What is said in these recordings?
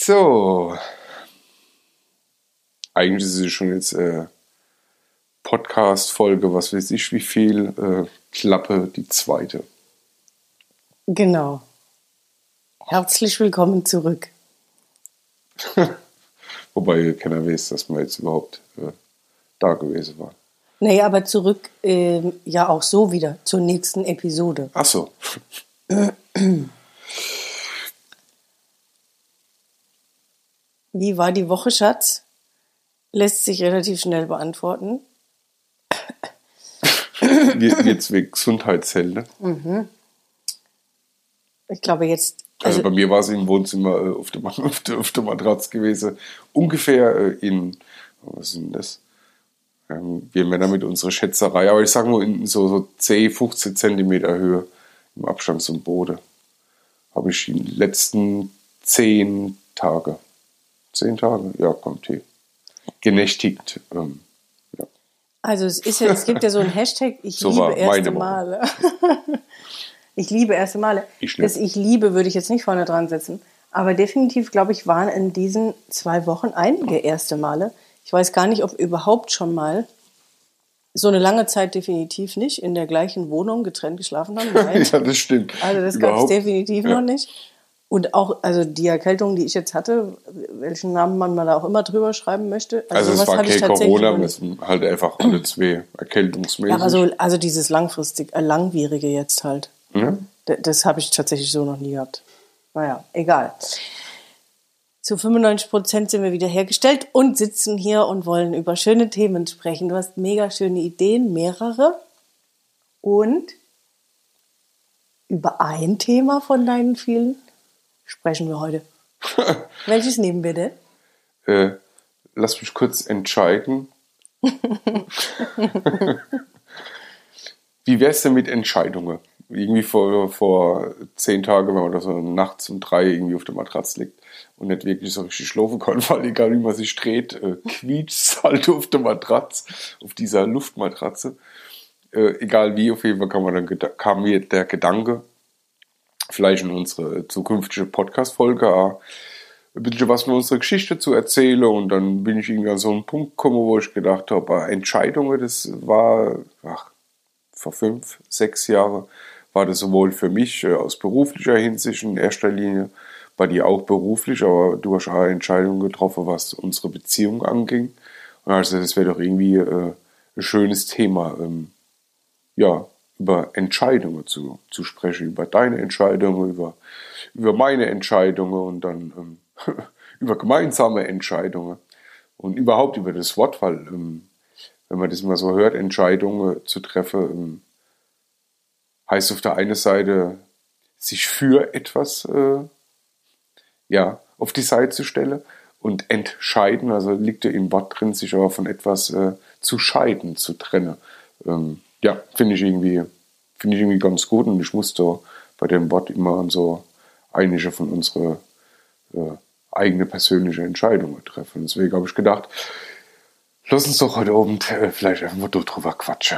So, eigentlich ist es schon jetzt Podcast-Folge, was weiß ich wie viel, Klappe die zweite. Genau. Herzlich willkommen zurück. Wobei keiner weiß, dass wir jetzt überhaupt da gewesen waren. Nee, aber zurück ja auch so wieder zur nächsten Episode. Ach so. Wie war die Woche, Schatz? Lässt sich relativ schnell beantworten. Jetzt wegen Gesundheitszelle. Ich glaube jetzt... Also bei mir war es im Wohnzimmer auf der Matratze gewesen. Ungefähr was ist denn das? Wir Männer mit unserer Schätzerei, aber ich sage mal in so 10, 15 Zentimeter Höhe im Abstand zum Boden. Habe ich die letzten 10 Tage. 10 Tage? Ja, kommt hier. Genächtigt. Ja. Also es gibt ja so ein Hashtag, ich So liebe war erste meine Woche. Male. Ich liebe erste Male. Ich nicht. Das Ich liebe würde ich jetzt nicht vorne dran setzen. Aber definitiv, glaube ich, waren in diesen 2 Wochen einige erste Male. Ich weiß gar nicht, ob überhaupt schon mal so eine lange Zeit definitiv nicht in der gleichen Wohnung getrennt geschlafen haben. Nein. Ja, das stimmt. Also das gab es Überhaupt? definitiv noch nicht. Und auch, also die Erkältung, die ich jetzt hatte, welchen Namen man mal da auch immer drüber schreiben möchte. Also es sowas war hatte ich kein tatsächlich Corona, noch nicht. es sind halt einfach alle zwei erkältungsmäßig. Ja, aber also dieses langwierige jetzt halt. Ja? Das habe ich tatsächlich so noch nie gehabt. Naja, egal. Zu 95% sind wir wieder hergestellt und sitzen hier und wollen über schöne Themen sprechen. Du hast mega schöne Ideen, mehrere. Und über ein Thema von deinen vielen sprechen wir heute. Welches nehmen wir denn? Lass mich kurz entscheiden. Wie wär's denn mit Entscheidungen? Irgendwie vor 10 Tagen, wenn man da so nachts um 3 irgendwie auf der Matratze liegt und nicht wirklich so richtig schlafen kann, weil egal wie man sich dreht, quietscht halt auf der Matratze, auf dieser Luftmatratze. Egal wie, auf jeden Fall kam mir der Gedanke, vielleicht in unsere zukünftige Podcast-Folge ein bisschen was mit unserer Geschichte zu erzählen, und dann bin ich irgendwie an so einen Punkt gekommen, wo ich gedacht habe, Entscheidungen, das war vor 5, 6 Jahren, war das sowohl für mich aus beruflicher Hinsicht in erster Linie, bei dir auch beruflich, aber du hast auch Entscheidungen getroffen, was unsere Beziehung anging. Und also das wäre doch irgendwie ein schönes Thema, über Entscheidungen zu sprechen, über deine Entscheidungen, über meine Entscheidungen und dann über gemeinsame Entscheidungen und überhaupt über das Wort, weil wenn man das mal so hört, Entscheidungen zu treffen, heißt auf der einen Seite, sich für etwas auf die Seite zu stellen, und entscheiden, also liegt ja im Wort drin, sich aber von etwas zu scheiden, zu trennen. Finde ich irgendwie ganz gut, und ich musste bei dem Wort immer an so einige von unseren eigene persönliche Entscheidungen treffen. Deswegen habe ich gedacht, lass uns doch heute Abend vielleicht einfach mal drüber quatschen.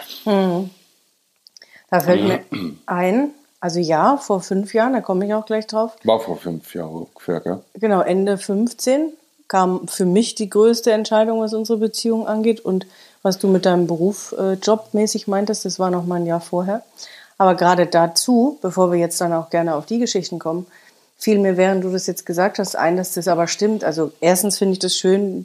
Da fällt mir ein, also ja, vor 5 Jahren, da komme ich auch gleich drauf. War vor 5 Jahren ungefähr, gell? Genau, Ende 15 kam für mich die größte Entscheidung, was unsere Beziehung angeht. Und was du mit deinem Beruf jobmäßig meintest, das war noch mal ein Jahr vorher. Aber gerade dazu, bevor wir jetzt dann auch gerne auf die Geschichten kommen, fiel mir, während du das jetzt gesagt hast, ein, dass das aber stimmt. Also erstens finde ich das schön,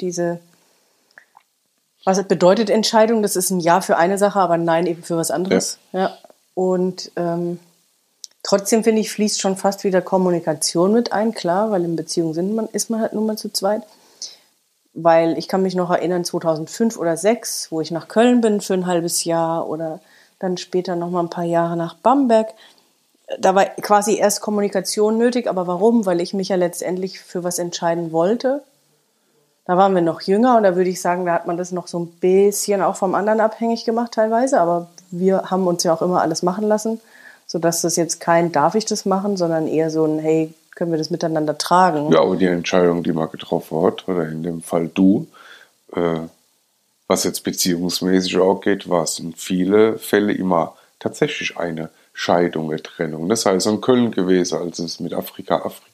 was bedeutet Entscheidung? Das ist ein Ja für eine Sache, aber ein Nein eben für was anderes. Ja. Und trotzdem finde ich, fließt schon fast wieder Kommunikation mit ein, klar, weil in Beziehungen ist man halt nun mal zu zweit. Weil ich kann mich noch erinnern, 2005 oder 2006, wo ich nach Köln bin für ein halbes Jahr oder dann später noch mal ein paar Jahre nach Bamberg. Da war quasi erst Kommunikation nötig, aber warum? Weil ich mich ja letztendlich für was entscheiden wollte. Da waren wir noch jünger und da würde ich sagen, da hat man das noch so ein bisschen auch vom anderen abhängig gemacht teilweise, aber wir haben uns ja auch immer alles machen lassen, sodass das jetzt kein darf ich das machen, sondern eher so ein hey, können wir das miteinander tragen. Ja, aber die Entscheidung, die man getroffen hat, oder in dem Fall du, was jetzt beziehungsmäßig auch geht, war es in vielen Fällen immer tatsächlich eine Scheidung, eine Trennung. Das heißt in Köln gewesen, als es mit Afrika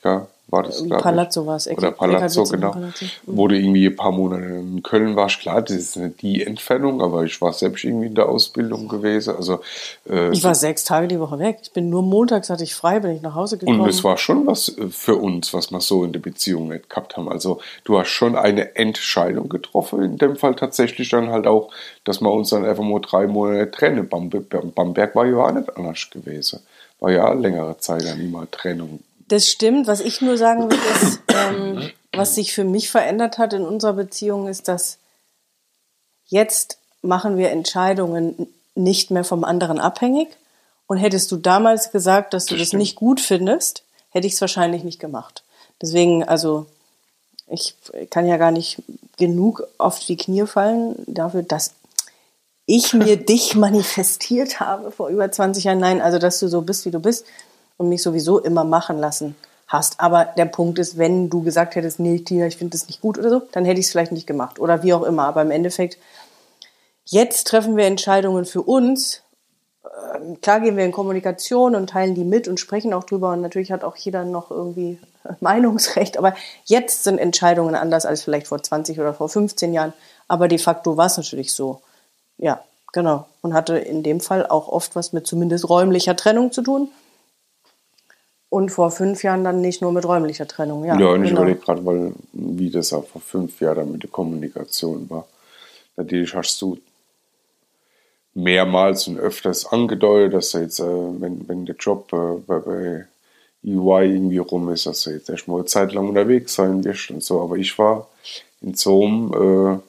war das, glaube ich. Palazzo war es. Oder Palazzo, genau. Palazzo. Wo du irgendwie ein paar Monate in Köln warst. Klar, das ist nicht die Entfernung, aber ich war selbst irgendwie in der Ausbildung gewesen. Also, ich war 6 Tage die Woche weg. Ich bin nur montags, hatte ich frei, bin ich nach Hause gekommen. Und es war schon was für uns, was wir so in der Beziehung nicht gehabt haben. Also du hast schon eine Entscheidung getroffen, in dem Fall tatsächlich dann halt auch, dass wir uns dann einfach mal 3 Monate trennen. Bamberg war ja auch nicht anders gewesen. War ja längere Zeit dann immer Trennung. Das stimmt. Was ich nur sagen will, ist, was sich für mich verändert hat in unserer Beziehung, ist, dass jetzt machen wir Entscheidungen nicht mehr vom anderen abhängig. Und hättest du damals gesagt, dass du das nicht gut findest, hätte ich es wahrscheinlich nicht gemacht. Deswegen, also ich kann ja gar nicht genug auf die Knie fallen dafür, dass ich mir dich manifestiert habe vor über 20 Jahren. Nein, also dass du so bist, wie du bist und mich sowieso immer machen lassen hast. Aber der Punkt ist, wenn du gesagt hättest, nee, Tina, ich finde das nicht gut oder so, dann hätte ich es vielleicht nicht gemacht oder wie auch immer. Aber im Endeffekt, jetzt treffen wir Entscheidungen für uns. Klar gehen wir in Kommunikation und teilen die mit und sprechen auch drüber. Und natürlich hat auch jeder noch irgendwie Meinungsrecht. Aber jetzt sind Entscheidungen anders als vielleicht vor 20 oder vor 15 Jahren. Aber de facto war es natürlich so. Ja, genau. Und hatte in dem Fall auch oft was mit zumindest räumlicher Trennung zu tun. Und vor 5 Jahren dann nicht nur mit räumlicher Trennung. Ja, und ich genau. überlege gerade, wie das auch vor 5 Jahren dann mit der Kommunikation war. Natürlich hast du mehrmals und öfters angedeutet, dass du jetzt, wenn der Job bei EY irgendwie rum ist, dass du jetzt erstmal eine Zeit lang unterwegs sein wirst und so. Aber ich war in so einem,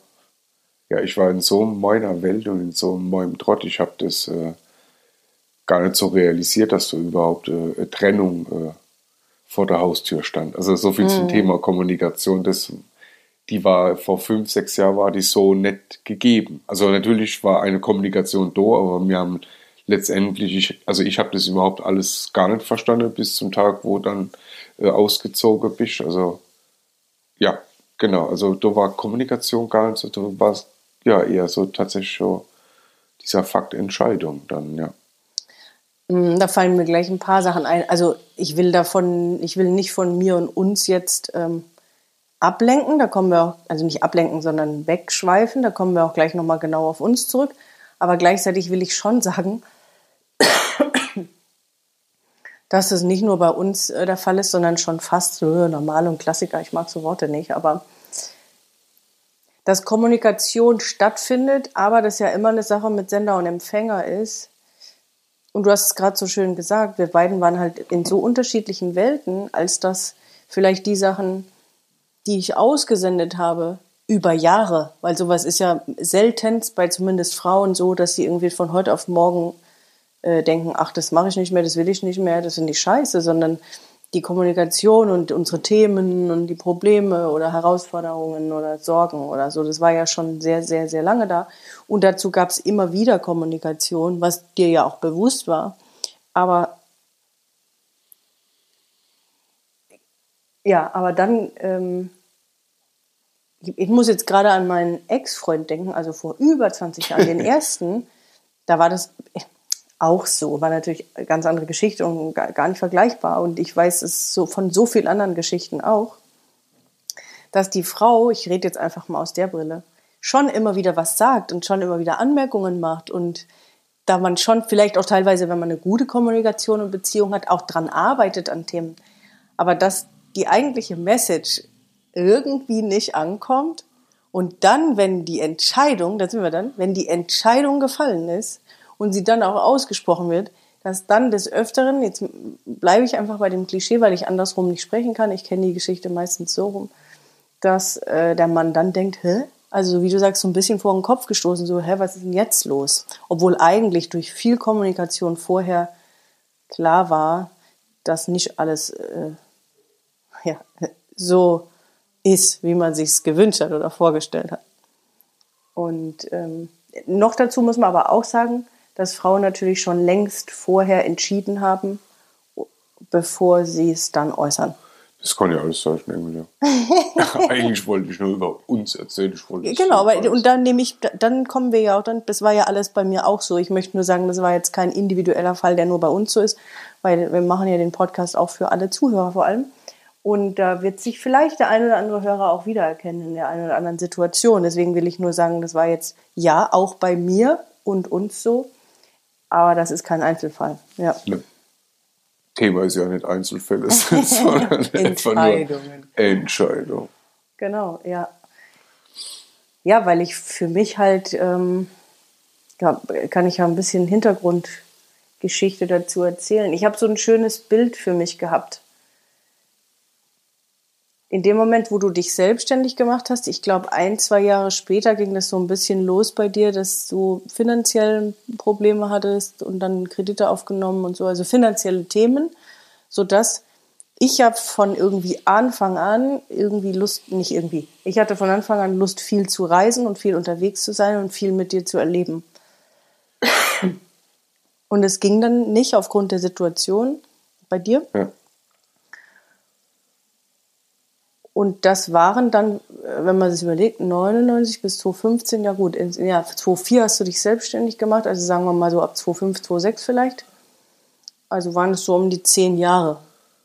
meiner Welt und in so meinem Trott. Ich habe das gar nicht so realisiert, dass da überhaupt eine Trennung vor der Haustür stand. Also so viel zum Thema Kommunikation, die war vor 5, 6 Jahren war die so nicht gegeben. Also natürlich war eine Kommunikation da, aber wir haben letztendlich, ich habe das überhaupt alles gar nicht verstanden bis zum Tag, wo dann ausgezogen bist. Also ja, genau. Also da war Kommunikation gar nicht so, da war es ja eher so tatsächlich so dieser Fakt Entscheidung dann, ja. Da fallen mir gleich ein paar Sachen ein. Also ich will nicht von mir und uns jetzt ablenken, da kommen wir auch, also nicht ablenken, sondern wegschweifen, da kommen wir auch gleich nochmal genau auf uns zurück. Aber gleichzeitig will ich schon sagen, dass es nicht nur bei uns der Fall ist, sondern schon fast normal und Klassiker, ich mag so Worte nicht, aber dass Kommunikation stattfindet, aber das ja immer eine Sache mit Sender und Empfänger ist. Und du hast es gerade so schön gesagt, wir beiden waren halt in so unterschiedlichen Welten, als dass vielleicht die Sachen, die ich ausgesendet habe, über Jahre, weil sowas ist ja seltenst bei zumindest Frauen so, dass sie irgendwie von heute auf morgen denken, ach, das mache ich nicht mehr, das will ich nicht mehr, das finde ich scheiße, sondern die Kommunikation und unsere Themen und die Probleme oder Herausforderungen oder Sorgen oder so, das war ja schon sehr, sehr, sehr lange da. Und dazu gab es immer wieder Kommunikation, was dir ja auch bewusst war. Aber dann, ich muss jetzt gerade an meinen Ex-Freund denken, also vor über 20 Jahren, den ersten, da war das auch so, war natürlich eine ganz andere Geschichte und gar nicht vergleichbar. Und ich weiß es so von so vielen anderen Geschichten auch, dass die Frau, ich rede jetzt einfach mal aus der Brille, schon immer wieder was sagt und schon immer wieder Anmerkungen macht und da man schon vielleicht auch teilweise, wenn man eine gute Kommunikation und Beziehung hat, auch dran arbeitet an Themen. Aber dass die eigentliche Message irgendwie nicht ankommt und dann, wenn die Entscheidung gefallen ist und sie dann auch ausgesprochen wird, dass dann des Öfteren, jetzt bleibe ich einfach bei dem Klischee, weil ich andersrum nicht sprechen kann, ich kenne die Geschichte meistens so rum, dass der Mann dann denkt, hä? Also wie du sagst, so ein bisschen vor den Kopf gestoßen, so, hä, was ist denn jetzt los? Obwohl eigentlich durch viel Kommunikation vorher klar war, dass nicht alles so ist, wie man sich es gewünscht hat oder vorgestellt hat. Und noch dazu muss man aber auch sagen, dass Frauen natürlich schon längst vorher entschieden haben, bevor sie es dann äußern. Das kann ja alles sein, ja. Eigentlich wollte ich nur über uns erzählen. Genau, und dann kommen wir ja auch, das war ja alles bei mir auch so. Ich möchte nur sagen, das war jetzt kein individueller Fall, der nur bei uns so ist, weil wir machen ja den Podcast auch für alle Zuhörer vor allem. Und da wird sich vielleicht der eine oder andere Hörer auch wiedererkennen in der einen oder anderen Situation. Deswegen will ich nur sagen, das war jetzt ja auch bei mir und uns so, aber das ist kein Einzelfall. Ja. Ne. Thema ist ja nicht Einzelfälle, sondern Entscheidungen. Entscheidung. Genau, ja. Ja, weil ich für mich halt, kann ich ja ein bisschen Hintergrundgeschichte dazu erzählen. Ich habe so ein schönes Bild für mich gehabt. In dem Moment, wo du dich selbstständig gemacht hast, ich glaube 1-2 Jahre später ging das so ein bisschen los bei dir, dass du finanziell Probleme hattest und dann Kredite aufgenommen und so, also finanzielle Themen, sodass ich habe von irgendwie Anfang an ich hatte von Anfang an Lust, viel zu reisen und viel unterwegs zu sein und viel mit dir zu erleben. Und es ging dann nicht aufgrund der Situation bei dir. Ja. Und das waren dann, wenn man sich überlegt, 99 bis 2015, ja gut, 2004 hast du dich selbstständig gemacht, also sagen wir mal so ab 2005, 2006 vielleicht. Also waren es so um die 10 Jahre.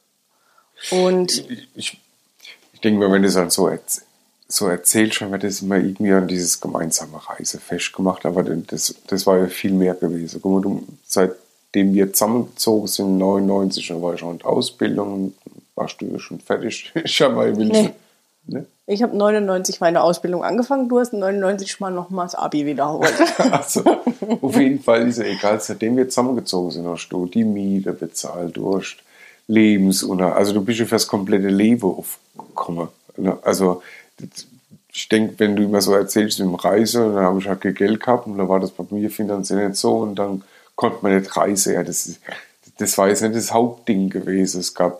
Und ich denke mal, wenn du es dann so erzählst, schon wird das immer irgendwie an dieses gemeinsame Reisefest gemacht, aber das war ja viel mehr gewesen. Guck mal, seitdem wir zusammengezogen sind, 99, dann war ich schon in der Ausbildung, warst du ja schon fertig. Ich habe 99 meine Ausbildung angefangen, du hast 99 mal nochmal das Abi wiederholt. Also, auf jeden Fall ist ja egal, seitdem wir zusammengezogen sind, hast du die Miete bezahlt, du hast also du bist ja für das komplette Leben aufgekommen. Also ich denke, wenn du immer so erzählst mit dem Reise, dann habe ich halt kein Geld gehabt und dann war das bei mir finanziell nicht so und dann konnte man nicht reisen. Ja, das war jetzt nicht das Hauptding gewesen. Es gab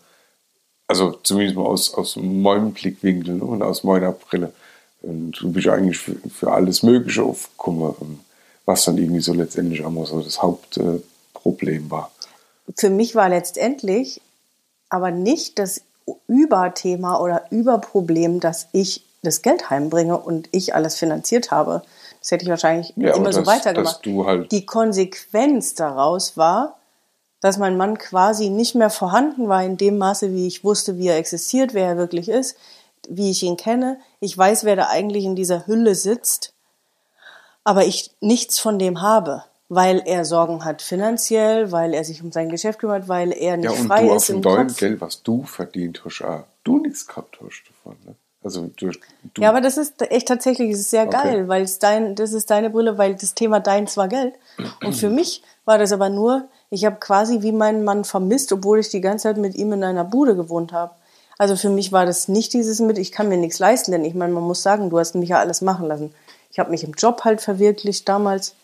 also zumindest mal aus meinem Blickwinkel und aus meiner Brille. Und du bist eigentlich für alles Mögliche aufgekommen, was dann irgendwie so letztendlich auch mal so das Hauptproblem war. Für mich war letztendlich aber nicht das Überthema oder Überproblem, dass ich das Geld heimbringe und ich alles finanziert habe. Das hätte ich wahrscheinlich immer so weitergemacht. Die Konsequenz daraus war, dass mein Mann quasi nicht mehr vorhanden war in dem Maße, wie ich wusste, wie er existiert, wer er wirklich ist, wie ich ihn kenne. Ich weiß, wer da eigentlich in dieser Hülle sitzt, aber ich nichts von dem habe, weil er Sorgen hat finanziell, weil er sich um sein Geschäft kümmert, weil er nicht frei ist im Kopf. Ja, und du auf dem Geld, was du verdient hast, du nichts gehabt hast davon, ne? Also ja, aber das ist echt tatsächlich, das ist sehr geil, weil das ist deine Brille, weil das Thema deins war Geld. Und für mich war das aber nur, ich habe quasi wie meinen Mann vermisst, obwohl ich die ganze Zeit mit ihm in einer Bude gewohnt habe. Also für mich war das nicht dieses ich kann mir nichts leisten, denn ich meine, man muss sagen, du hast mich ja alles machen lassen. Ich habe mich im Job halt verwirklicht damals,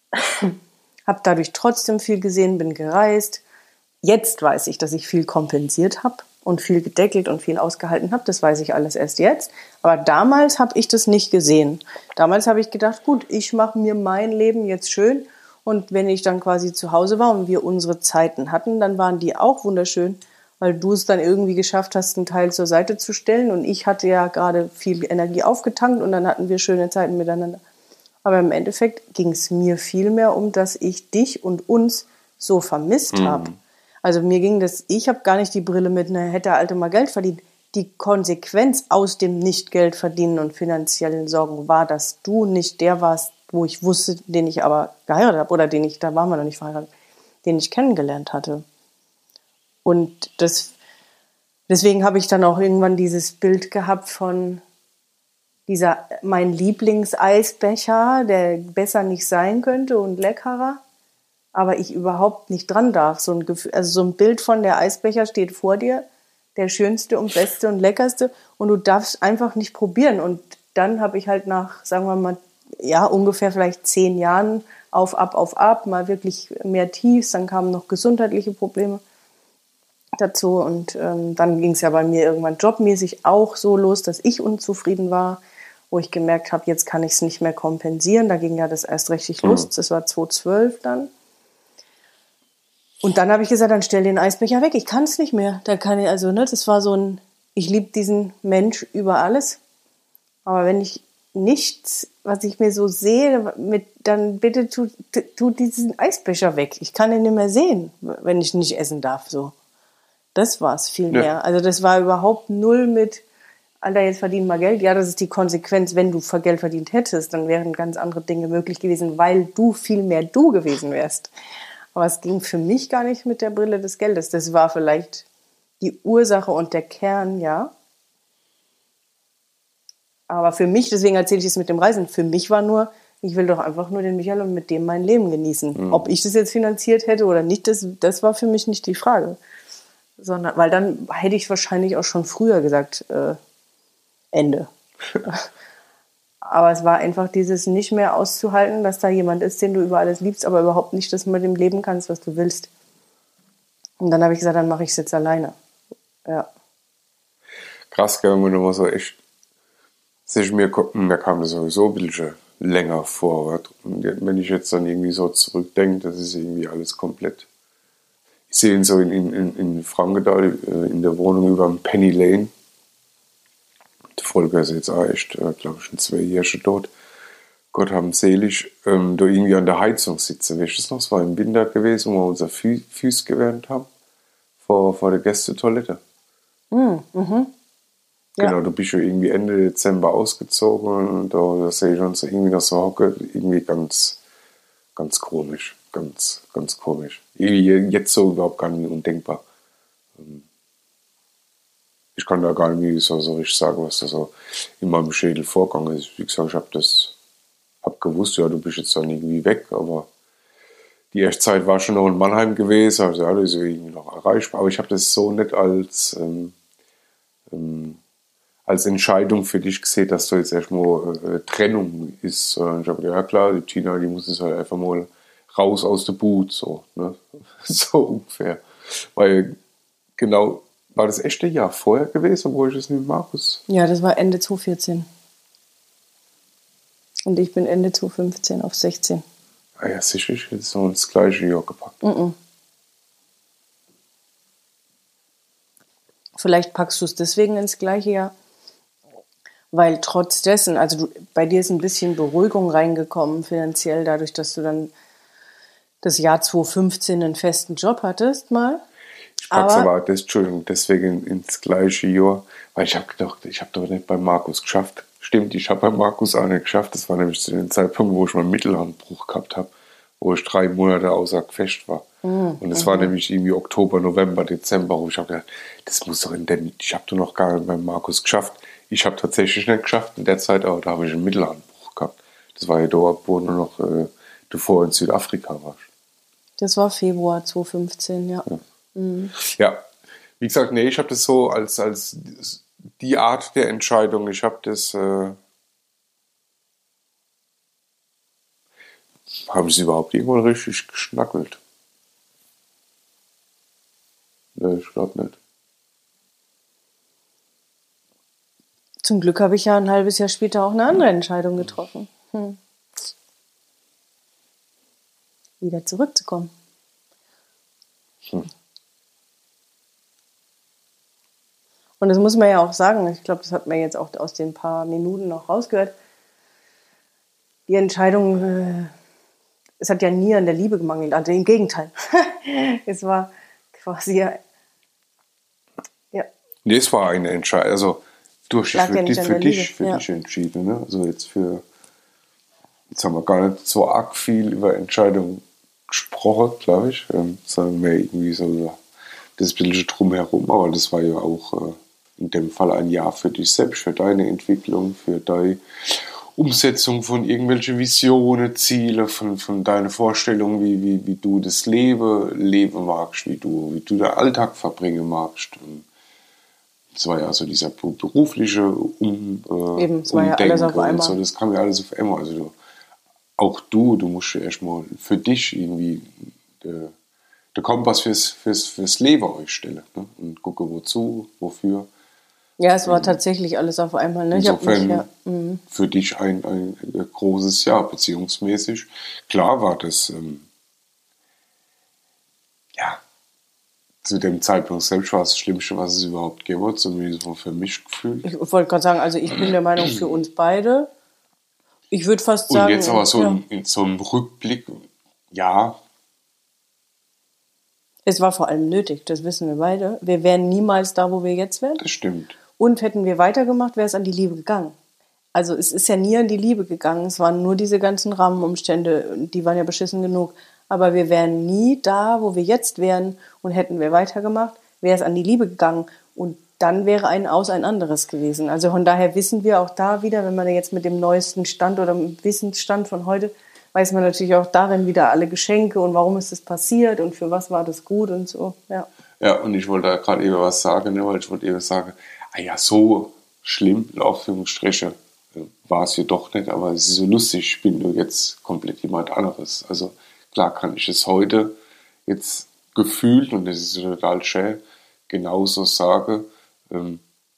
habe dadurch trotzdem viel gesehen, bin gereist. Jetzt weiß ich, dass ich viel kompensiert habe und viel gedeckelt und viel ausgehalten habe. Das weiß ich alles erst jetzt. Aber damals habe ich das nicht gesehen. Damals habe ich gedacht, gut, ich mache mir mein Leben jetzt schön. Und wenn ich dann quasi zu Hause war und wir unsere Zeiten hatten, dann waren die auch wunderschön, weil du es dann irgendwie geschafft hast, einen Teil zur Seite zu stellen. Und ich hatte ja gerade viel Energie aufgetankt und dann hatten wir schöne Zeiten miteinander. Aber im Endeffekt ging es mir viel mehr um, dass ich dich und uns so vermisst habe. Also mir ging das, ich habe gar nicht die Brille mit, hätte der Alte mal Geld verdient. Die Konsequenz aus dem Nicht-Geld verdienen und finanziellen Sorgen war, dass du nicht der warst, wo ich wusste, den ich aber geheiratet habe oder da waren wir noch nicht verheiratet, den ich kennengelernt hatte. Und deswegen habe ich dann auch irgendwann dieses Bild gehabt von mein Lieblingseisbecher, der besser nicht sein könnte und leckerer, aber ich überhaupt nicht dran darf. So ein Bild von der Eisbecher steht vor dir, der schönste und beste und leckerste, und du darfst einfach nicht probieren. Und dann habe ich halt nach, sagen wir mal, ja, ungefähr vielleicht 10 Jahren auf, ab, mal wirklich mehr Tiefs, dann kamen noch gesundheitliche Probleme dazu und dann ging es ja bei mir irgendwann jobmäßig auch so los, dass ich unzufrieden war, wo ich gemerkt habe, jetzt kann ich es nicht mehr kompensieren. Da ging ja das erst richtig los, das war 2012 dann. Und dann habe ich gesagt, dann stell den Eisbecher weg, ich kann es nicht mehr. Da kann ich, das war so ich liebe diesen Mensch über alles, aber wenn ich nichts, was ich mir so sehe, dann bitte tu diesen Eisbecher weg. Ich kann ihn nicht mehr sehen, wenn ich nicht essen darf, so. Das war es viel mehr. Also das war überhaupt null mit, Alter, jetzt verdienen wir Geld. Ja, das ist die Konsequenz. Wenn du Geld verdient hättest, dann wären ganz andere Dinge möglich gewesen, weil du viel mehr du gewesen wärst. Aber es ging für mich gar nicht mit der Brille des Geldes. Das war vielleicht die Ursache und der Kern, ja. Aber für mich, deswegen erzähle ich es mit dem Reisen, für mich war nur, ich will doch einfach nur den Michael und mit dem mein Leben genießen. Mhm. Ob ich das jetzt finanziert hätte oder nicht, das war für mich nicht die Frage. Sondern, weil dann hätte ich wahrscheinlich auch schon früher gesagt, Ende. Aber es war einfach dieses nicht mehr auszuhalten, dass da jemand ist, den du über alles liebst, aber überhaupt nicht, dass du mit dem leben kannst, was du willst. Und dann habe ich gesagt, dann mache ich es jetzt alleine. Ja. Krass, gell, wenn man so echt mir kam das sowieso ein bisschen länger vor. Und wenn ich jetzt dann irgendwie so zurückdenke, das ist irgendwie alles komplett. Ich sehe ihn so in Frankenthal, in der Wohnung über dem Penny Lane. Der Volker ist jetzt auch echt, glaube ich, schon 2 Jahre schon tot. Gott haben selig, da irgendwie an der Heizung sitzen. Weißt du das noch? Es war im Winter gewesen, wo wir unsere Füße gewärmt haben. Vor der Gästetoilette. Mhm. Ja. Genau, du bist ja irgendwie Ende Dezember ausgezogen und da sehe ich uns irgendwie noch so hocke, irgendwie ganz, ganz komisch. Ganz, ganz komisch. Jetzt so überhaupt gar nicht undenkbar. Ich kann da gar nicht so richtig sagen, was da so in meinem Schädel vorgegangen ist. Wie gesagt, ich hab gewusst, ja, du bist jetzt dann irgendwie weg, aber die erste Zeit war schon noch in Mannheim gewesen, also ja, das ist irgendwie noch erreichbar. Aber ich habe das so nicht als Entscheidung für dich gesehen, dass da jetzt erstmal Trennung ist. Ich habe gedacht, ja klar, die Tina, die muss jetzt halt einfach mal raus aus der Boot, so, ne? So ungefähr. Weil genau, war das echte Jahr vorher gewesen, wo ich es mit Markus? Ja, das war Ende 2014. Und ich bin Ende 2015 auf 16. Ah ja, sicher, ich hätte es noch ins gleiche Jahr gepackt. Vielleicht packst du es deswegen ins gleiche Jahr, weil trotz dessen, also bei dir ist ein bisschen Beruhigung reingekommen finanziell, dadurch, dass du dann das Jahr 2015 einen festen Job hattest mal. Ich pack's aber Entschuldigung, deswegen ins gleiche Jahr, weil ich habe gedacht, ich habe doch nicht bei Markus geschafft. Stimmt, ich habe bei Markus auch nicht geschafft. Das war nämlich zu dem Zeitpunkt, wo ich meinen Mittelhandbruch gehabt habe, wo ich 3 Monate außer Gefecht war. Und es war nämlich irgendwie Oktober, November, Dezember, wo ich habe gedacht, das muss doch ich habe doch noch gar nicht bei Markus geschafft. Ich habe tatsächlich nicht geschafft in der Zeit, aber da habe ich einen Mittelhandbruch gehabt. Das war ja dort, wo nur noch davor in Südafrika warst. Das war Februar 2015, ja. Ja, wie gesagt, nee, ich habe das so als die Art der Entscheidung, ich habe das, habe ich es überhaupt irgendwann richtig geschnackelt? Nee, ich glaube nicht. Zum Glück habe ich ja ein halbes Jahr später auch eine andere Entscheidung getroffen. Wieder zurückzukommen. Und das muss man ja auch sagen, ich glaube, das hat man jetzt auch aus den paar Minuten noch rausgehört. Die Entscheidung, es hat ja nie an der Liebe gemangelt, also im Gegenteil. Es war quasi, ja. Nee, es war eine Entscheidung, also du hast für dich entschieden, ne? Also jetzt haben wir gar nicht so arg viel über Entscheidungen gesprochen, glaube ich, sondern mehr irgendwie so das bisschen drumherum, aber das war ja auch in dem Fall ein Jahr für dich selbst, für deine Entwicklung, für deine Umsetzung von irgendwelchen Visionen, Ziele, von deiner Vorstellung, wie du das leben magst, wie du den Alltag verbringen magst. Das war ja also dieser berufliche es war ja alles auf einmal. So, das kam ja alles auf einmal. Also du musst ja erstmal für dich irgendwie der Kompass fürs Leben euch stellen, ne? Und gucke wozu, wofür. Ja, es war tatsächlich alles auf einmal. Ne? Insofern für dich ein großes Jahr, beziehungsmäßig. Klar war das, zu dem Zeitpunkt selbst war das Schlimmste, was es überhaupt gegeben hat, zumindest für mich gefühlt. Ich wollte gerade sagen, also ich bin der Meinung, für uns beide, ich würde fast sagen... Und jetzt aber so in so einem Rückblick, ja. Es war vor allem nötig, das wissen wir beide. Wir wären niemals da, wo wir jetzt wären. Das stimmt. Und hätten wir weitergemacht, wäre es an die Liebe gegangen. Also es ist ja nie an die Liebe gegangen. Es waren nur diese ganzen Rahmenumstände, die waren ja beschissen genug. Aber wir wären nie da, wo wir jetzt wären. Und hätten wir weitergemacht, wäre es an die Liebe gegangen. Und dann wäre ein Aus ein anderes gewesen. Also von daher wissen wir auch da wieder, wenn man jetzt mit dem neuesten Stand oder dem Wissensstand von heute, weiß man natürlich auch darin wieder alle Geschenke und warum ist das passiert und für was war das gut und so. Ja, Ja, und ich wollte da gerade eben was sagen, ne, weil ich wollte eben sagen, so schlimm, in Anführungsstriche, war es ja doch nicht, aber es ist so lustig, ich bin nur jetzt komplett jemand anderes. Also klar kann ich es heute jetzt gefühlt, und das ist total schön, genauso sagen, in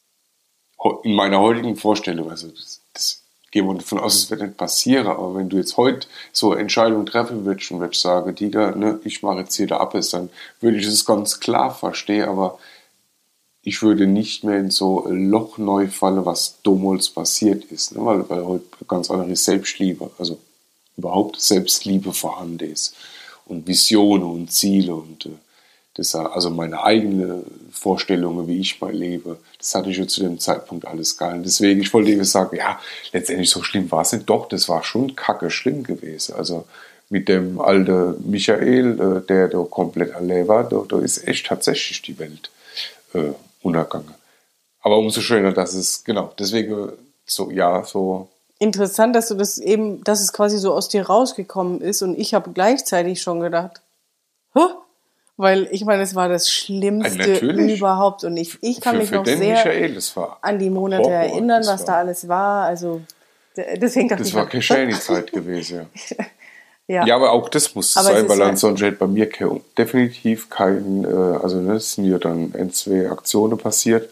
meiner heutigen Vorstellung, also das gehen wir davon aus, es wird nicht passieren, aber wenn du jetzt heute so eine Entscheidung treffen würdest und würdest sagen, Digga, ne, ich mache jetzt hier da ab, dann würde ich es ganz klar verstehen, aber ich würde nicht mehr in so ein Loch neu fallen, was damals passiert ist, ne, weil heute ganz andere Selbstliebe, also überhaupt Selbstliebe vorhanden ist und Visionen und Ziele und das, also meine eigene Vorstellungen, wie ich mal lebe, das hatte ich ja zu dem Zeitpunkt alles gar nicht. Deswegen, ich wollte eben sagen, ja, letztendlich so schlimm war es nicht. Doch, das war schon kacke schlimm gewesen. Also mit dem alten Michael, der da komplett allein war, da ist echt tatsächlich die Welt untergegangen. Aber umso schöner, dass es, genau, deswegen so, ja, so. Interessant, dass du das eben, dass es quasi so aus dir rausgekommen ist und ich habe gleichzeitig schon gedacht, huh? Weil ich meine, es war das Schlimmste überhaupt und ich kann mich noch sehr Michael, an die Monate erinnern, was da alles war. Also deswegen dachte das ich, war keine schöne Zeit gewesen. Ja. Ja, aber auch das muss es sein, weil ansonsten hätte bei mir definitiv kein, also ne, es sind ja dann ein, zwei Aktionen passiert,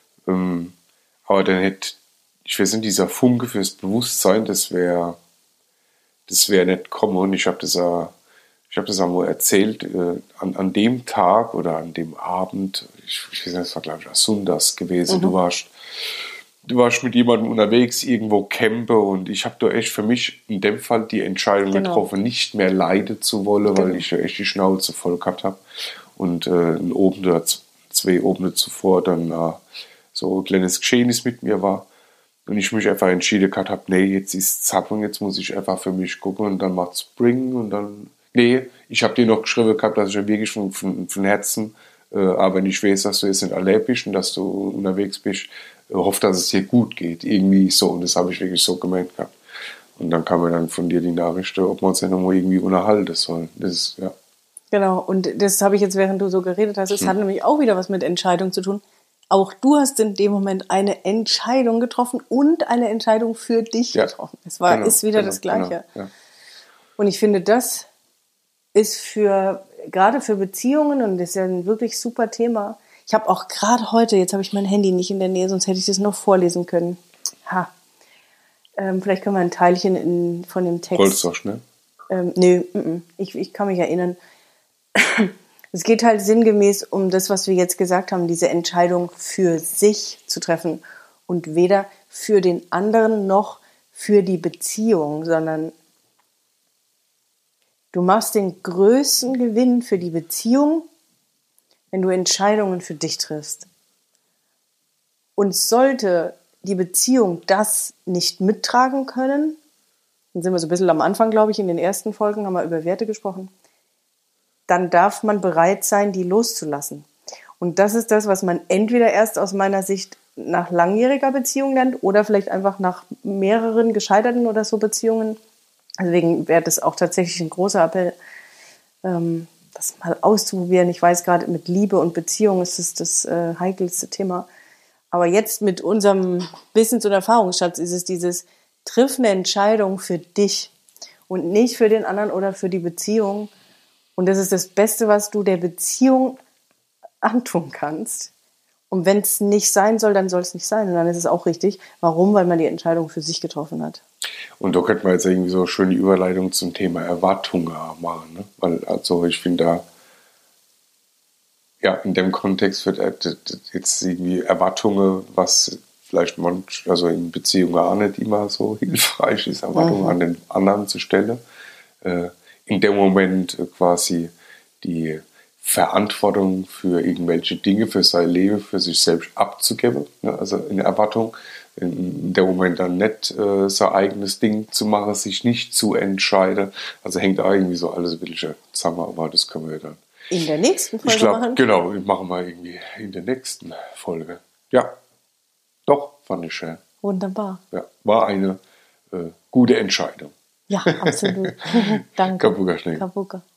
aber dann hätte, ich weiß nicht, dieser Funke fürs Bewusstsein, das wäre nicht gekommen und ich habe das einmal erzählt, an dem Tag oder an dem Abend, ich weiß nicht, das war glaube ich Sundas gewesen, du warst mit jemandem unterwegs, irgendwo campen und ich habe da echt für mich in dem Fall die Entscheidung getroffen, nicht mehr leiden zu wollen, weil ich ja echt die Schnauze voll gehabt habe und oben oder zwei Abende zuvor dann so ein kleines Geschehnis mit mir war und ich mich einfach entschieden gehabt habe, nee, jetzt ist Zappung, jetzt muss ich einfach für mich gucken und dann macht's Spring und dann nee, ich habe dir noch geschrieben gehabt, dass ich ja wirklich von Herzen, aber wenn ich weiß, dass du jetzt nicht allein bist und dass du unterwegs bist, hoffe, dass es dir gut geht. Irgendwie so. Und das habe ich wirklich so gemeint gehabt. Und dann kam mir dann von dir die Nachricht, ob wir uns ja nochmal irgendwie unterhalten sollen. Das ist, ja. Genau, und das habe ich jetzt, während du so geredet hast, es hat nämlich auch wieder was mit Entscheidung zu tun. Auch du hast in dem Moment eine Entscheidung getroffen und eine Entscheidung für dich getroffen. Es ist wieder das Gleiche. Genau, ja. Und ich finde, das ist gerade für Beziehungen, und das ist ja ein wirklich super Thema. Ich habe auch gerade heute, jetzt habe ich mein Handy nicht in der Nähe, sonst hätte ich das noch vorlesen können. Vielleicht können wir ein Teilchen von dem Text. Rollst du auch schnell? Nö, ich kann mich erinnern. Es geht halt sinngemäß um das, was wir jetzt gesagt haben, diese Entscheidung für sich zu treffen und weder für den anderen noch für die Beziehung, sondern du machst den größten Gewinn für die Beziehung, wenn du Entscheidungen für dich triffst. Und sollte die Beziehung das nicht mittragen können, dann sind wir so ein bisschen am Anfang, glaube ich, in den ersten Folgen haben wir über Werte gesprochen, dann darf man bereit sein, die loszulassen. Und das ist das, was man entweder erst aus meiner Sicht nach langjähriger Beziehung lernt oder vielleicht einfach nach mehreren gescheiterten oder so Beziehungen. Deswegen wäre das auch tatsächlich ein großer Appell, das mal auszuprobieren. Ich weiß gerade, mit Liebe und Beziehung ist es das heikelste Thema. Aber jetzt mit unserem Wissens- und Erfahrungsschatz ist es dieses, triff eine Entscheidung für dich und nicht für den anderen oder für die Beziehung. Und das ist das Beste, was du der Beziehung antun kannst. Und wenn es nicht sein soll, dann soll es nicht sein. Und dann ist es auch richtig. Warum? Weil man die Entscheidung für sich getroffen hat. Und da könnte man jetzt irgendwie so schön die Überleitung zum Thema Erwartungen machen. Ne? Weil, also ich finde da, ja, in dem Kontext wird jetzt irgendwie Erwartungen, was vielleicht also in Beziehungen auch nicht immer so hilfreich ist, Erwartungen an den anderen zu stellen. In dem Moment quasi die Verantwortung für irgendwelche Dinge, für sein Leben, für sich selbst abzugeben. Ne? Also in Erwartung, in dem Moment dann nicht sein eigenes Ding zu machen, sich nicht zu entscheiden. Also hängt da irgendwie so alles ein bisschen zusammen, aber das können wir dann in der nächsten Folge machen. Genau, machen wir irgendwie in der nächsten Folge. Ja, doch, fand ich schön. Wunderbar. Ja, war eine gute Entscheidung. Ja, absolut. Danke. Kapuka Schnee. Kapuka.